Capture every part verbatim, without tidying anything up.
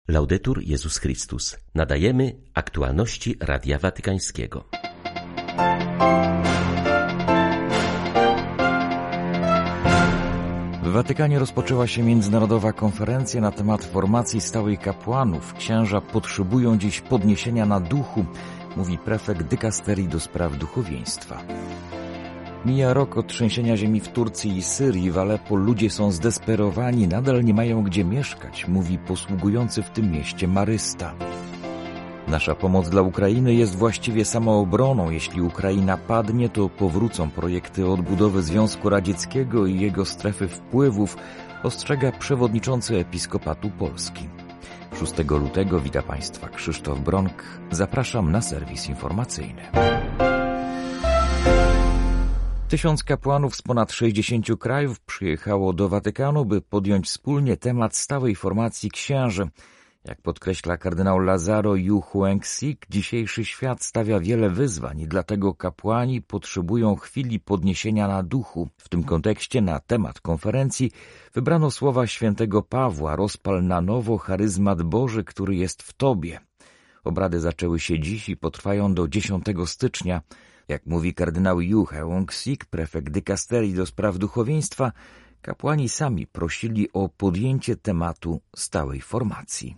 Laudetur Jezus Chrystus. Nadajemy aktualności Radia Watykańskiego. W Watykanie rozpoczęła się międzynarodowa konferencja na temat formacji stałej kapłanów. Księża potrzebują dziś podniesienia na duchu, mówi prefekt dykasterii do spraw duchowieństwa. Mija rok od trzęsienia ziemi w Turcji i Syrii. W Aleppo ludzie są zdesperowani, nadal nie mają gdzie mieszkać, mówi posługujący w tym mieście marysta. Nasza pomoc dla Ukrainy jest właściwie samoobroną. Jeśli Ukraina padnie, to powrócą projekty odbudowy Związku Radzieckiego i jego strefy wpływów, ostrzega przewodniczący Episkopatu Polski. szóstego lutego wita Państwa Krzysztof Bronk. Zapraszam na serwis informacyjny. Tysiąc kapłanów z ponad sześćdziesięciu krajów przyjechało do Watykanu, by podjąć wspólnie temat stałej formacji księży. Jak podkreśla kardynał Lazaro Yu Huang-sik, dzisiejszy świat stawia wiele wyzwań i dlatego kapłani potrzebują chwili podniesienia na duchu. W tym kontekście na temat konferencji wybrano słowa świętego Pawła: rozpal na nowo charyzmat Boży, który jest w Tobie. Obrady zaczęły się dziś i potrwają do dziesiątego stycznia. Jak mówi kardynał Yu Huang-sik, prefekt dykasterii do spraw duchowieństwa, kapłani sami prosili o podjęcie tematu stałej formacji.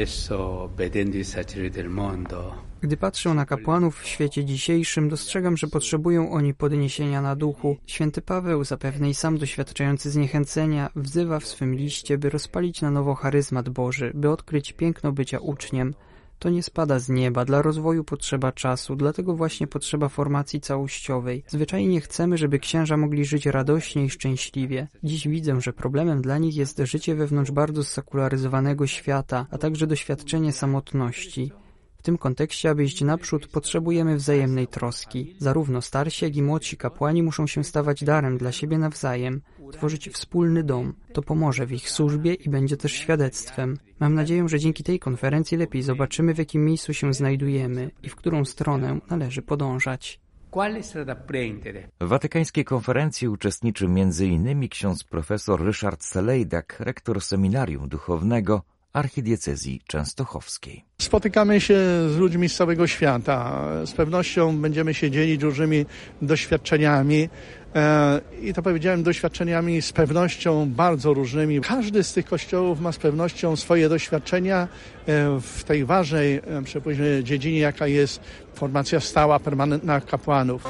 Gdy patrzę na kapłanów w świecie dzisiejszym, dostrzegam, że potrzebują oni podniesienia na duchu. Święty Paweł, zapewne i sam doświadczający zniechęcenia, wzywa w swym liście, by rozpalić na nowo charyzmat Boży, by odkryć piękno bycia uczniem. To nie spada z nieba, dla rozwoju potrzeba czasu, dlatego właśnie potrzeba formacji całościowej. Zwyczajnie chcemy, żeby księża mogli żyć radośnie i szczęśliwie. Dziś widzę, że problemem dla nich jest życie wewnątrz bardzo sekularyzowanego świata, a także doświadczenie samotności. W tym kontekście, aby iść naprzód, potrzebujemy wzajemnej troski. Zarówno starsi, jak i młodsi kapłani muszą się stawać darem dla siebie nawzajem, tworzyć wspólny dom. To pomoże w ich służbie i będzie też świadectwem. Mam nadzieję, że dzięki tej konferencji lepiej zobaczymy, w jakim miejscu się znajdujemy i w którą stronę należy podążać. W watykańskiej konferencji uczestniczy między innymi ksiądz profesor Ryszard Selejdak, rektor seminarium duchownego archidiecezji częstochowskiej. Spotykamy się z ludźmi z całego świata. Z pewnością będziemy się dzielić różnymi doświadczeniami e, i to powiedziałem doświadczeniami z pewnością bardzo różnymi. Każdy z tych kościołów ma z pewnością swoje doświadczenia e, w tej ważnej e, dziedzinie, jaka jest formacja stała, permanentna kapłanów.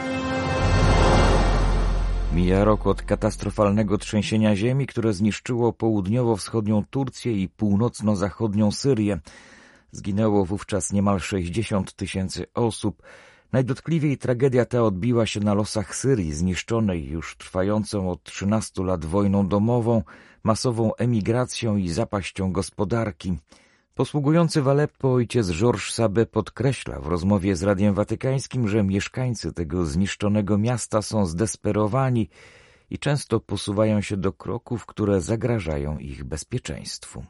Mija rok od katastrofalnego trzęsienia ziemi, które zniszczyło południowo-wschodnią Turcję i północno-zachodnią Syrię. Zginęło wówczas niemal sześćdziesiąt tysięcy osób. Najdotkliwiej tragedia ta odbiła się na losach Syrii, zniszczonej już trwającą od trzynastu lat wojną domową, masową emigracją i zapaścią gospodarki. Posługujący w Aleppo ojciec Georges Sabé podkreśla w rozmowie z Radiem Watykańskim, że mieszkańcy tego zniszczonego miasta są zdesperowani i często posuwają się do kroków, które zagrażają ich bezpieczeństwu.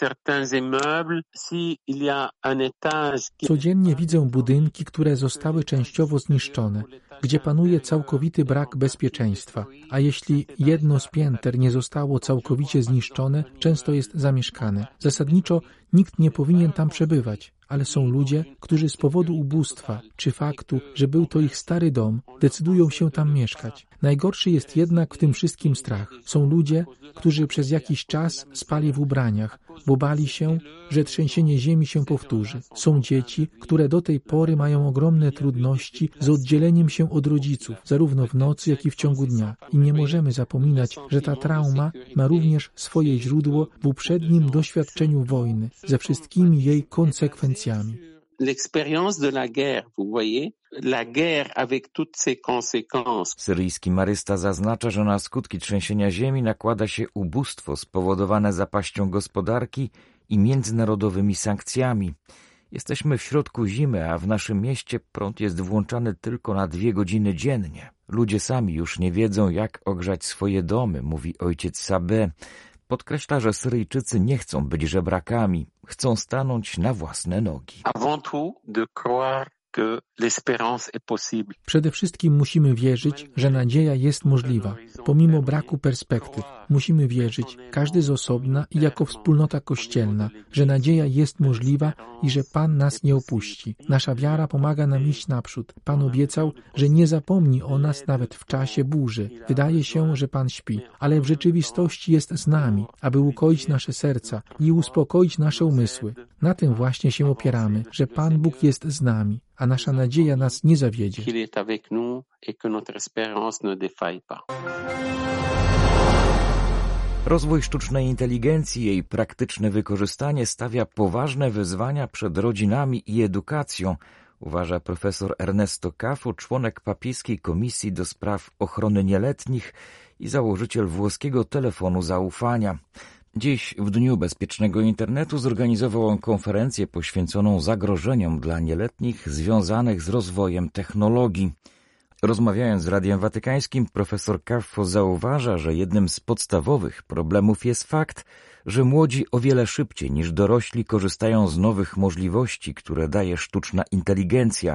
Codziennie widzę budynki, które zostały częściowo zniszczone, gdzie panuje całkowity brak bezpieczeństwa, a jeśli jedno z pięter nie zostało całkowicie zniszczone, często jest zamieszkane. Zasadniczo nikt nie powinien tam przebywać, ale są ludzie, którzy z powodu ubóstwa czy faktu, że był to ich stary dom, decydują się tam mieszkać. Najgorszy jest jednak w tym wszystkim strach. Są ludzie, którzy przez jakiś czas spali w ubraniach, bo bali się, że trzęsienie ziemi się powtórzy. Są dzieci, które do tej pory mają ogromne trudności z oddzieleniem się od rodziców, zarówno w nocy, jak i w ciągu dnia. I nie możemy zapominać, że ta trauma ma również swoje źródło w uprzednim doświadczeniu wojny, ze wszystkimi jej konsekwencjami. L'expérience de la guerre, vous voyez, la guerre avec toutes ses conséquences. Syryjski marysta zaznacza, że na skutki trzęsienia ziemi nakłada się ubóstwo spowodowane zapaścią gospodarki i międzynarodowymi sankcjami. Jesteśmy w środku zimy, a w naszym mieście prąd jest włączany tylko na dwie godziny dziennie. Ludzie sami już nie wiedzą, jak ogrzać swoje domy, mówi ojciec Sabé. Podkreśla, że Syryjczycy nie chcą być żebrakami, chcą stanąć na własne nogi. Przede wszystkim musimy wierzyć, że nadzieja jest możliwa, pomimo braku perspektyw. Musimy wierzyć, każdy z osobna i jako wspólnota kościelna, że nadzieja jest możliwa i że Pan nas nie opuści. Nasza wiara pomaga nam iść naprzód. Pan obiecał, że nie zapomni o nas nawet w czasie burzy. Wydaje się, że Pan śpi, ale w rzeczywistości jest z nami, aby ukoić nasze serca i uspokoić nasze umysły. Na tym właśnie się opieramy, że Pan Bóg jest z nami, a nasza nadzieja nas nie zawiedzie. Rozwój sztucznej inteligencji i jej praktyczne wykorzystanie stawia poważne wyzwania przed rodzinami i edukacją, uważa profesor Ernesto Cafu, członek papieskiej Komisji do Spraw Ochrony Nieletnich i założyciel włoskiego telefonu zaufania. Dziś, w Dniu Bezpiecznego Internetu, zorganizował on konferencję poświęconą zagrożeniom dla nieletnich związanych z rozwojem technologii. Rozmawiając z Radiem Watykańskim, profesor Caffo zauważa, że jednym z podstawowych problemów jest fakt, że młodzi o wiele szybciej niż dorośli korzystają z nowych możliwości, które daje sztuczna inteligencja.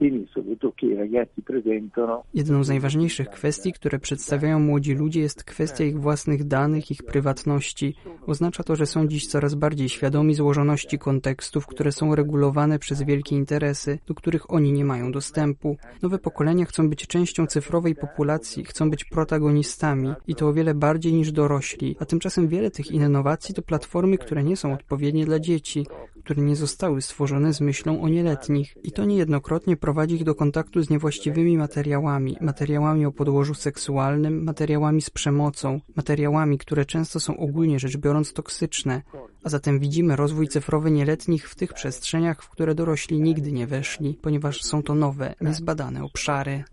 Jedną z najważniejszych kwestii, które przedstawiają młodzi ludzie, jest kwestia ich własnych danych, ich prywatności. Oznacza to, że są dziś coraz bardziej świadomi złożoności kontekstów, które są regulowane przez wielkie interesy, do których oni nie mają dostępu. Nowe pokolenia chcą być częścią cyfrowej populacji, chcą być protagonistami i to o wiele bardziej niż dorośli, a tymczasem wiele tych innowacji to platformy, które nie są odpowiednie dla dzieci, które nie zostały stworzone z myślą o nieletnich i to niejednokrotnie prowadzi ich do kontaktu z niewłaściwymi materiałami, materiałami o podłożu seksualnym, materiałami z przemocą, materiałami, które często są ogólnie rzecz biorąc toksyczne, a zatem widzimy rozwój cyfrowy nieletnich w tych przestrzeniach, w które dorośli nigdy nie weszli, ponieważ są to nowe, niezbadane obszary.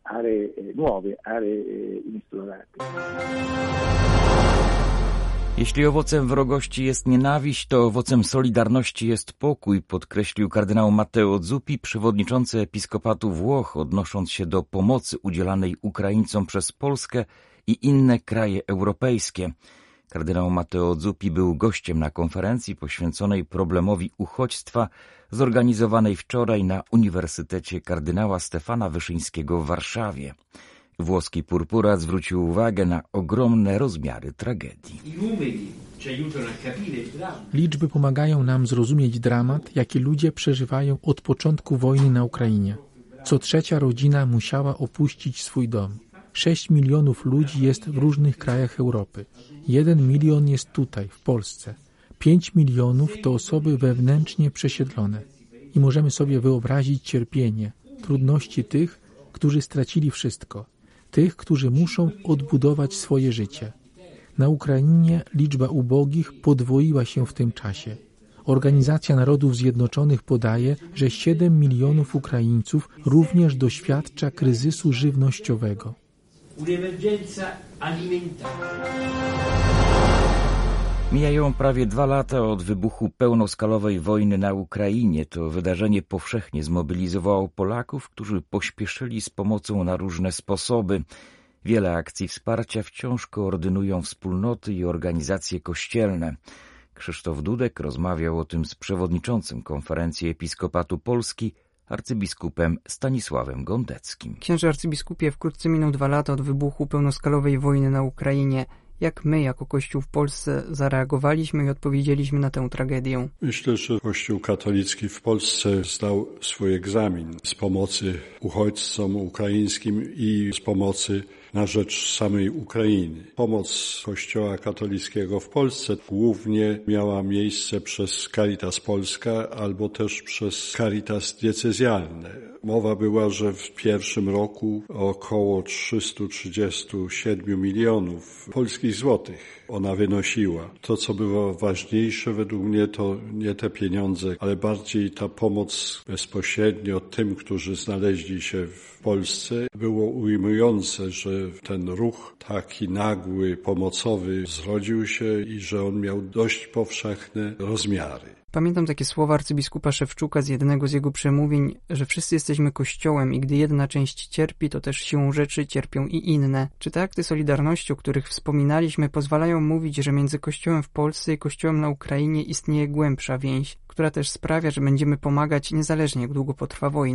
Jeśli owocem wrogości jest nienawiść, to owocem solidarności jest pokój, podkreślił kardynał Matteo Zuppi, przewodniczący Episkopatu Włoch, odnosząc się do pomocy udzielanej Ukraińcom przez Polskę i inne kraje europejskie. Kardynał Matteo Zuppi był gościem na konferencji poświęconej problemowi uchodźstwa, zorganizowanej wczoraj na Uniwersytecie kardynała Stefana Wyszyńskiego w Warszawie. Włoski purpurat zwrócił uwagę na ogromne rozmiary tragedii. Liczby pomagają nam zrozumieć dramat, jaki ludzie przeżywają od początku wojny na Ukrainie. Co trzecia rodzina musiała opuścić swój dom. Sześć milionów ludzi jest w różnych krajach Europy. Jeden milion jest tutaj, w Polsce. Pięć milionów to osoby wewnętrznie przesiedlone. I możemy sobie wyobrazić cierpienie, trudności tych, którzy stracili wszystko. Tych, którzy muszą odbudować swoje życie. Na Ukrainie liczba ubogich podwoiła się w tym czasie. Organizacja Narodów Zjednoczonych podaje, że siedem milionów Ukraińców również doświadcza kryzysu żywnościowego. Mijają prawie dwa lata od wybuchu pełnoskalowej wojny na Ukrainie. To wydarzenie powszechnie zmobilizowało Polaków, którzy pośpieszyli z pomocą na różne sposoby. Wiele akcji wsparcia wciąż koordynują wspólnoty i organizacje kościelne. Krzysztof Dudek rozmawiał o tym z przewodniczącym Konferencji Episkopatu Polski, arcybiskupem Stanisławem Gondeckim. Księże arcybiskupie, wkrótce miną dwa lata od wybuchu pełnoskalowej wojny na Ukrainie. Jak my, jako Kościół w Polsce, zareagowaliśmy i odpowiedzieliśmy na tę tragedię? Myślę, że Kościół katolicki w Polsce zdał swój egzamin z pomocy uchodźcom ukraińskim i z pomocy na rzecz samej Ukrainy. Pomoc Kościoła katolickiego w Polsce głównie miała miejsce przez Caritas Polska albo też przez Caritas diecezjalne. Mowa była, że w pierwszym roku około trzysta trzydzieści siedem milionów polskich złotych ona wynosiła. To, co było ważniejsze według mnie, to nie te pieniądze, ale bardziej ta pomoc bezpośrednio tym, którzy znaleźli się w Polsce. Było ujmujące, że ten ruch taki nagły, pomocowy zrodził się i że on miał dość powszechne rozmiary. Pamiętam takie słowa arcybiskupa Szewczuka z jednego z jego przemówień, że wszyscy jesteśmy Kościołem i gdy jedna część cierpi, to też siłą rzeczy cierpią i inne. Czy te akty solidarności, o których wspominaliśmy, pozwalają mówić, że między Kościołem w Polsce i Kościołem na Ukrainie istnieje głębsza więź, która też sprawia, że będziemy pomagać niezależnie jak długo potrwa wojna?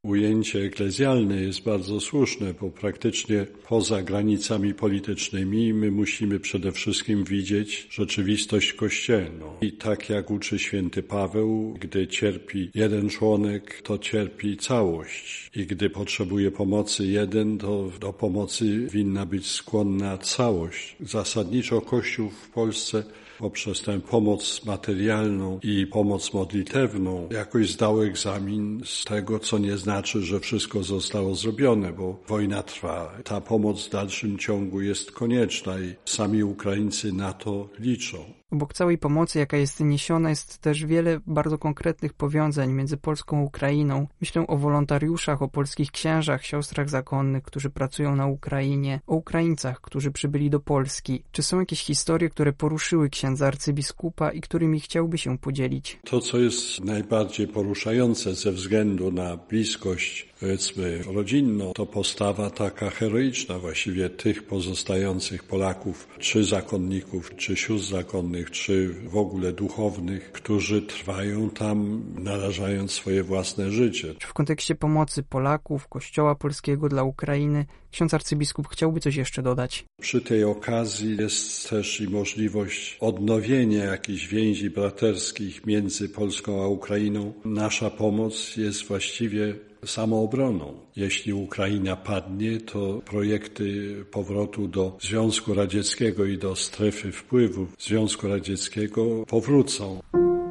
Ujęcie eklezjalne jest bardzo słuszne, bo praktycznie poza granicami politycznymi my musimy przede wszystkim widzieć rzeczywistość kościelną. I tak jak uczy święty Paweł, gdy cierpi jeden członek, to cierpi całość. I gdy potrzebuje pomocy jeden, to do pomocy winna być skłonna całość. Zasadniczo Kościół w Polsce poprzez tę pomoc materialną i pomoc modlitewną jakoś zdał egzamin z tego, co nie znaczy, że wszystko zostało zrobione, bo wojna trwa. Ta pomoc w dalszym ciągu jest konieczna i sami Ukraińcy na to liczą. Obok całej pomocy, jaka jest niesiona, jest też wiele bardzo konkretnych powiązań między Polską a Ukrainą. Myślę o wolontariuszach, o polskich księżach, siostrach zakonnych, którzy pracują na Ukrainie, o Ukraińcach, którzy przybyli do Polski. Czy są jakieś historie, które poruszyły księdza arcybiskupa i którymi chciałby się podzielić? To, co jest najbardziej poruszające ze względu na bliskość, powiedzmy, rodzinną, to postawa taka heroiczna właściwie tych pozostających Polaków, czy zakonników, czy sióstr zakonnych, czy w ogóle duchownych, którzy trwają tam, narażając swoje własne życie. Czy w kontekście pomocy Polaków, Kościoła polskiego dla Ukrainy, ksiądz arcybiskup chciałby coś jeszcze dodać? Przy tej okazji jest też i możliwość odnowienia jakichś więzi braterskich między Polską a Ukrainą. Nasza pomoc jest właściwie samoobroną. Jeśli Ukraina padnie, to projekty powrotu do Związku Radzieckiego i do strefy wpływu Związku Radzieckiego powrócą.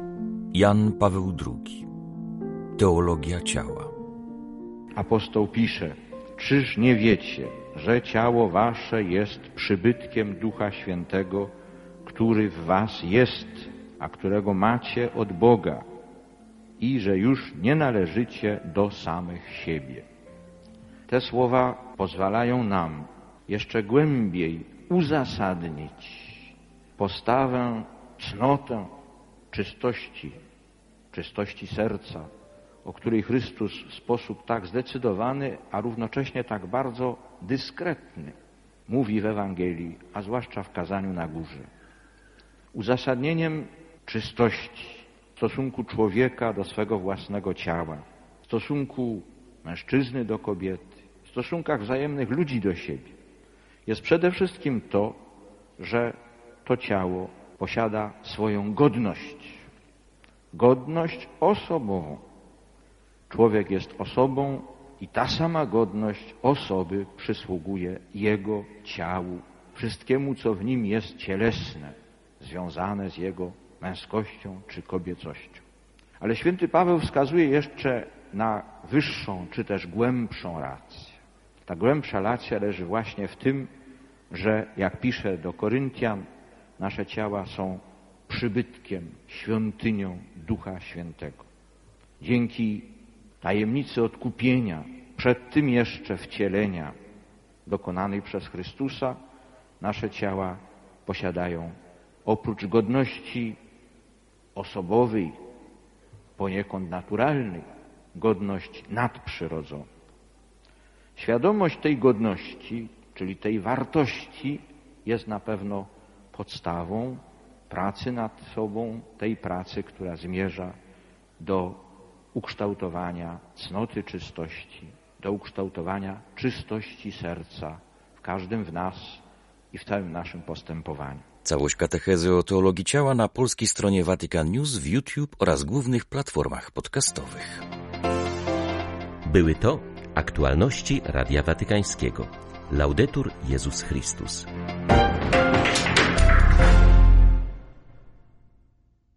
Jan Paweł drugi. Teologia ciała. Apostoł pisze: czyż nie wiecie, że ciało wasze jest przybytkiem Ducha Świętego, który w was jest, a którego macie od Boga, i że już nie należycie do samych siebie. Te słowa pozwalają nam jeszcze głębiej uzasadnić postawę, cnotę czystości, czystości serca, o której Chrystus w sposób tak zdecydowany, a równocześnie tak bardzo dyskretny mówi w Ewangelii, a zwłaszcza w kazaniu na górze. Uzasadnieniem czystości w stosunku człowieka do swego własnego ciała, w stosunku mężczyzny do kobiety, w stosunkach wzajemnych ludzi do siebie, jest przede wszystkim to, że to ciało posiada swoją godność. Godność osobową. Człowiek jest osobą i ta sama godność osoby przysługuje jego ciału, wszystkiemu, co w nim jest cielesne, związane z jego męskością czy kobiecością. Ale święty Paweł wskazuje jeszcze na wyższą czy też głębszą rację. Ta głębsza racja leży właśnie w tym, że jak pisze do Koryntian, nasze ciała są przybytkiem, świątynią Ducha Świętego. Dzięki tajemnicy odkupienia, przed tym jeszcze wcielenia dokonanej przez Chrystusa, nasze ciała posiadają oprócz godności osobowej, poniekąd naturalnej, godność nadprzyrodzoną. Świadomość tej godności, czyli tej wartości, jest na pewno podstawą pracy nad sobą, tej pracy, która zmierza do ukształtowania cnoty czystości, do ukształtowania czystości serca w każdym w nas i w całym naszym postępowaniu. Całość katechezy o teologii ciała na polskiej stronie Vatican News, w YouTube oraz głównych platformach podcastowych. Były to aktualności Radia Watykańskiego. Laudetur Jezus Chrystus.